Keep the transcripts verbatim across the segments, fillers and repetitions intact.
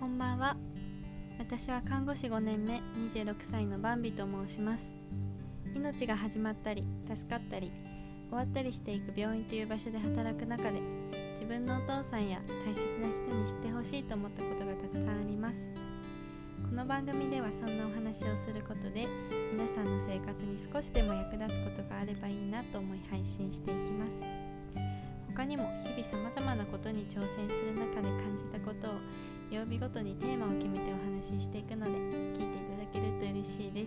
こんばんは。私は看護師ごねんめにじゅうろくさいのバンビと申します。命が始まったり助かったり終わったりしていく病院という場所で働く中で、自分のお父さんや大切な人に知ってほしいと思ったことがたくさんあります。この番組ではそんなお話をすることで、皆さんの生活に少しでも役立つことがあればいいなと思い配信していきます。他にも日々さまざまなことに挑戦する中で感じたことを曜日ごとにテーマを決めてお話ししていくので、聞いていただけると嬉しいです。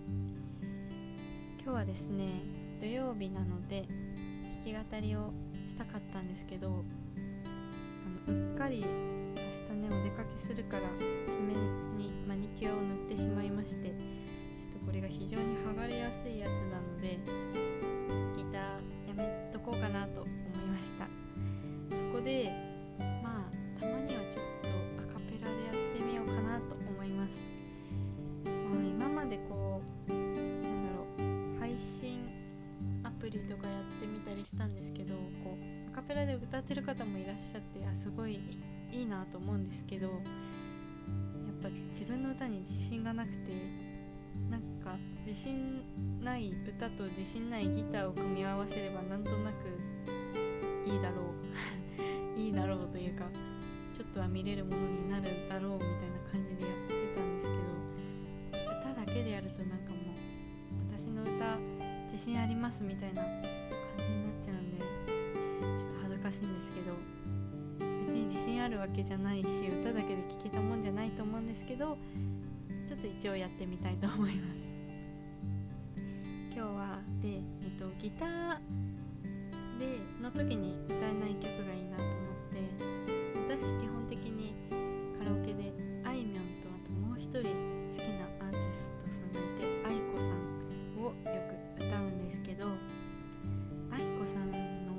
今日はですね、土曜日なので弾き語りをしたかったんですけど、あのうっかり明日ねお出かけするから爪にマニキュアを塗ってしまいまして、ちょっとこれが非常に剥がれやすいやつなのでギターやめとこうかなと思いました。そこでまあたまにはちょっとアカペラでやってみようかなと思います。まあ、今までこうなんだろう配信アプリとかやってみたりしたんですけど、こうアカペラで歌ってる方もいらっしゃって、あすごいいいなと思うんですけど、やっぱ自分の歌に自信がなくて、なんか自信ない歌と自信ないギターを組み合わせればなんとなくいいだろういいだろうというか、ちょっとは見れるものになるだろうみたいな感じでやってたんですけど、歌だけでやるとなんかもう私の歌自信ありますみたいな感じになっちゃうんで、ちょっと恥ずかしいんですけど、別に自信あるわけじゃないし、歌だけで聴けたもんじゃないと思うんですけど、ちょっと一応やってみたいと思います。今日はで、えっと、ギターでの時に歌えない曲がいいなと思って、私基本的にカラオケであいみょんと、あともう一人好きなアーティストさんがいて、あいこさんをよく歌うんですけど、あいこさんの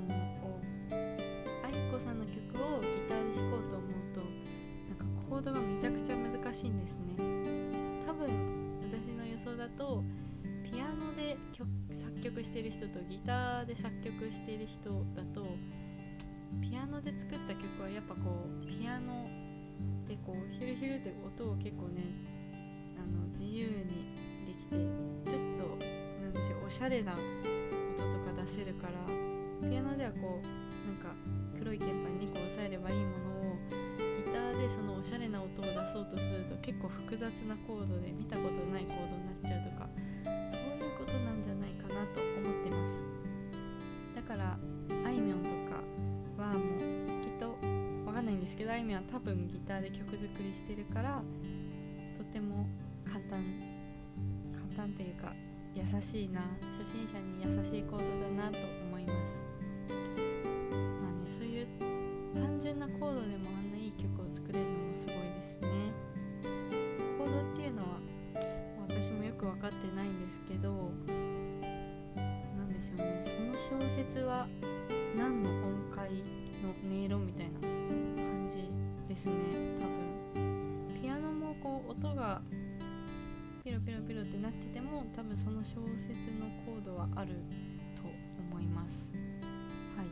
あいこさんの曲をギターで弾こうと思うと、なんかコードがめちゃくちゃ難しいんですね。多分私の予想だとピアノで曲作曲してる人とギターで作曲している人だと、ピアノで作った曲はやっぱこうピアノでこうヒュルヒュルって音を結構ね、あの自由にできて、ちょっとなんでしょう、おしゃれな音とか出せるから、ピアノではこうなんか黒い鍵盤にこう押さえればいいものを、ギターでそのおしゃれな音を出そうとすると結構複雑なコードで見たことないコードになっちゃうとか、そういうことなんじゃないかなと思ってます。だからあいみょんとかはもうきっとわかんないんですけど、あいみょんは多分ギターで曲作りしてるから、とても簡単簡単っていうか優しいな、初心者に優しいコードだなと思います。まあね、そういう単純なコードでもあんないい曲を作れるのもすごいですね。コードっていうのは私もよく分かってないんですけど、なんでしょうね、その小説は何の音階の音色みたいな感じですね。多分ピアノもこう音がピロピロピロってなってても、多分その小説のコードはあると思います。はい。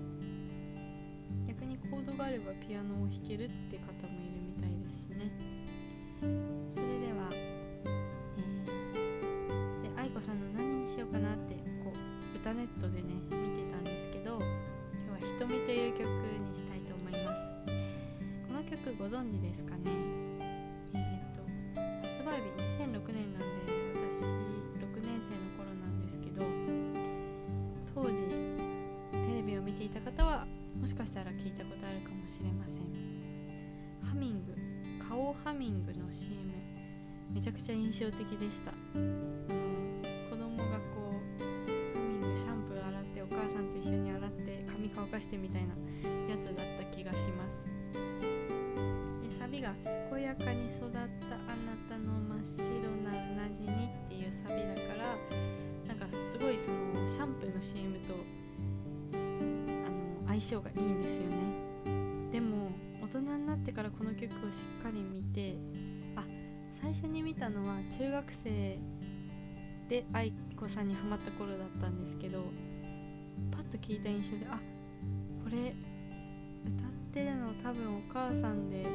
逆にコードがあればピアノを弾けるって方もいるみたいですしね。それでは、えー、で愛子さんの何にしようかなってこう歌ネットでね見てたんですけど、今日は瞳という曲にしたいと思います。この曲ご存知ですかね。えっと発売日にせんろくねんなんで、私ろくねん生の頃なんですけど、当時テレビを見ていた方はもしかしたら聞いたことあるかもしれません。ハミング、顔ハミングの シーエム、 めちゃくちゃ印象的でした。あの子供がこうハミング、シャンプー洗ってお母さんと一緒に洗って髪乾かしてみたいなやつだった気がします。でサビが健やかに育ったあなたの真っ白なうなじにっていうサビだから、なんかすごいそのシャンプーの シーエム とあの相性がいいんですよね。でも大人になってからこの曲をしっかり見て、あ、最初に見たのは中学生で愛子さんにハマった頃だったんですけど、パッと聞いた印象で、あ、これ歌ってるの多分お母さんで、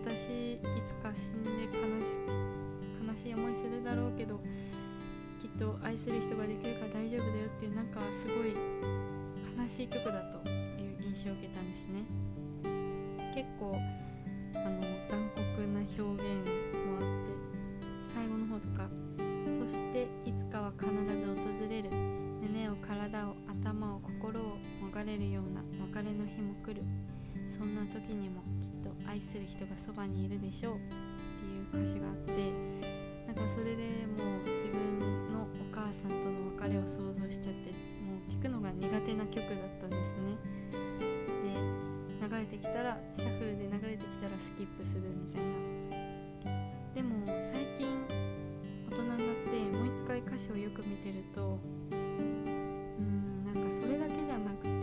私いつか死んで悲し悲しい思いするだろうけど、きっと愛する人ができるから大丈夫だよっていう、なんかすごい悲しい曲だという印象を受けたんですね。結構あの残酷な表現もあって、最後の方とか、そしていつかは必ず訪れる、胸を体を頭を心をもがれるような別れの日も来る、そんな時にもきっと愛する人がそばにいるでしょうっていう歌詞があって、なんかそれでもう自分のお母さんとの別れを想像しちゃって、もう聴くのが苦手な曲だったんですね。で、流れてきたらシャッフルで流れてきたらスキップするみたいな。でも最近大人になってもう一回歌詞をよく見てると、うーんなんかそれだけじゃなくて、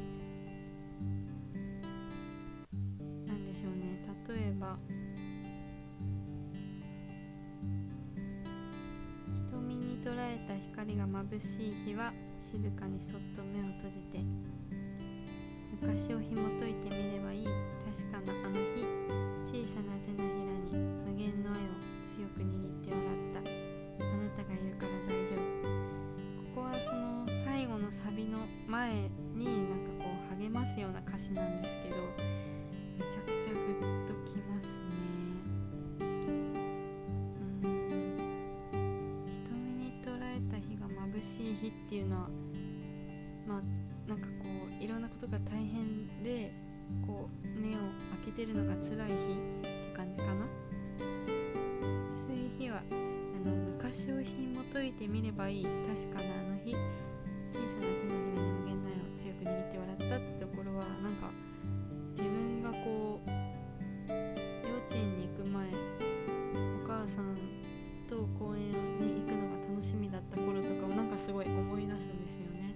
なんでしょうね、例えば瞳に捉えた光が眩しい日は静かにそっと目を閉じて、昔を紐解いてみればいい確かなあの日、小さな手のひらに無限の愛を強く握って笑った、あなたがいるから大丈夫。ここはその最後のサビの前になんかこう励ますような歌詞なんですけど、めちゃくちゃグッときますね。うーん瞳に捉えた日が眩しい日っていうのは、まあなんかこういろんなことが大変で、こう目を開けてるのが辛い日って感じかな。そういう日はあの昔を紐解いてみればいい確かなあの日、小さな手のひらに無限の愛を強く握って笑ったってところは、なんか自分がこう幼稚園に行く前、お母さんと公園に行くのが楽しみだった頃とかをなんかすごい思い出すんですよね。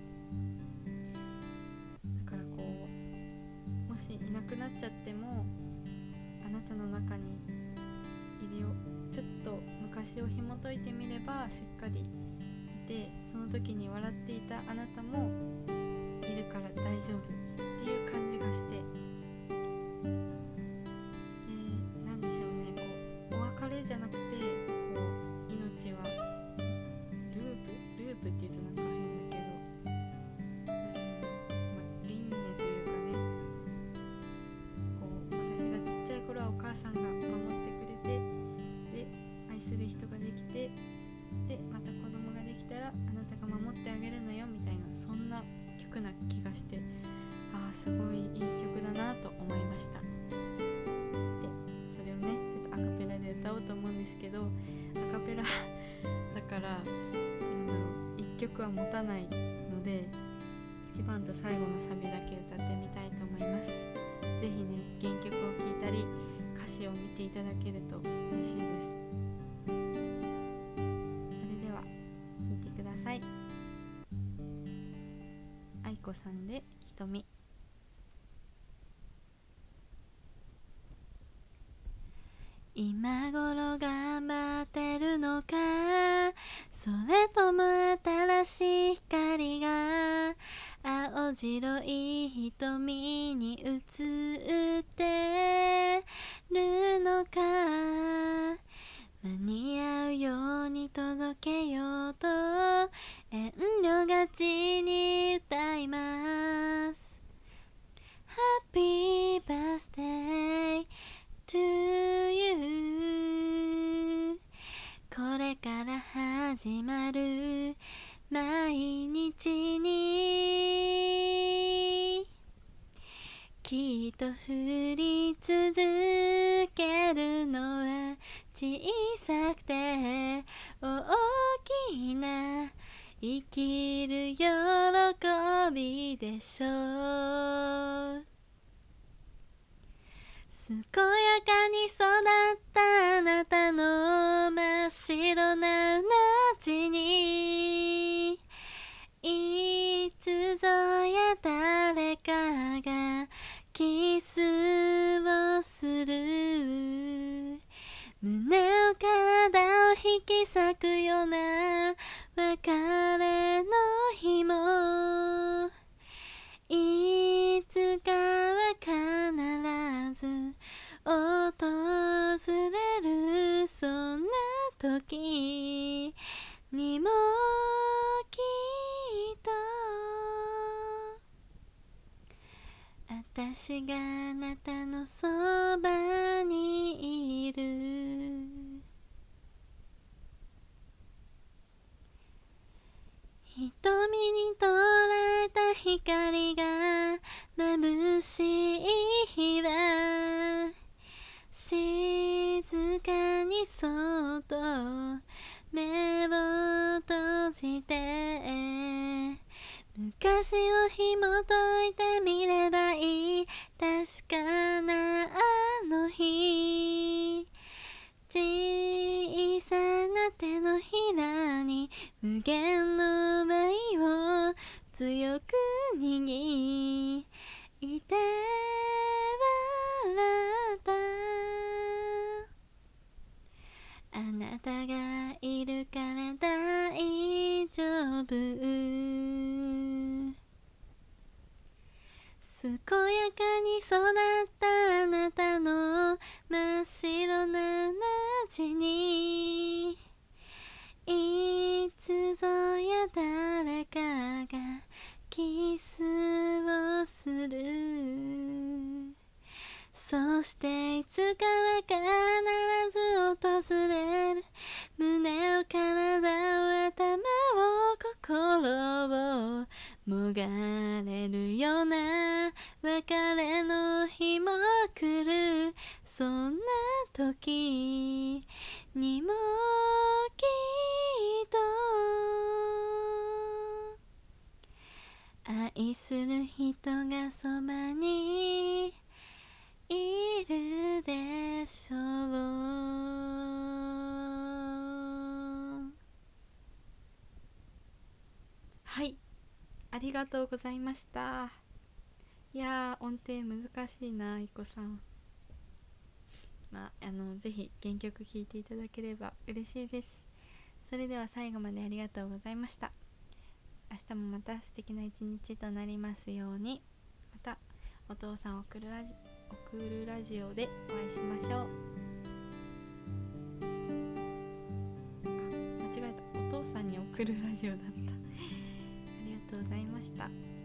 だからこう、もしいなくなっちゃってもあなたの中にいるよ、ちょっと昔を紐解いてみればしっかりいて、その時に笑っていたあなたもいるから大丈夫っていう感じがして、えー、なんでしょうね、こうお別れじゃなくて、こう命はループループって言うとなんか変だけど、うん、まあ、輪廻というかね、こう私がちっちゃい頃はお母さんが守ってくれて、で愛する人ができて、でまた子供ができたらあなたが守ってあげるのよみたいな、そんな曲な気がして、ああすごいいい曲だなと思いました。でそれをねちょっとアカペラで歌おうと思うんですけど、アカペラだからなんだろう、いっきょくは持たないので、いちばんと最後のサビだけ歌ってみたいと思います。ぜひね原曲を聴いたり歌詞を見ていただけると嬉しいです。それでは聴いてください。愛子さんで瞳。今頃頑張ってるのか、それとも新しい光が青白い瞳に映ってるのか、間に合うように届けようと遠慮がちに歌います。 Happy birthday to you、 これから始まる毎日にきっと降り続けるのは小さくて大きな生きる喜びでしょう。健やかに育ったあなたの真っ白なうなじに、いつぞや誰かがキスをする、胸を体を引き裂くような別れの日も、いつかは必ず訪私があなたのそばにいる。瞳に捉えた光が眩しい日は、静かにそっと目を閉じて、昔を紐解いてみればいい。確かなあの日、小さな手のひらに無限の愛を強く握って笑った。あなたがいるから大丈夫。健やかに育ったあなたの真っ白な街に、いつぞや誰かがキスをする。そしていつかは必ず訪れる。胸を体を頭を心をもがれるような別れの日も来る。そんな時にもきっと愛する人がそばにいるでしょう。はい、ありがとうございました。いやー、音程難しいな、いこさん。まあ、あのぜひ原曲聴いていただければ嬉しいです。それでは最後までありがとうございました。明日もまた素敵な一日となりますように。またお父さん送るラジ送るラジオでお会いしましょう。あ、間違えた。お父さんに送るラジオだった。ありがとうございました。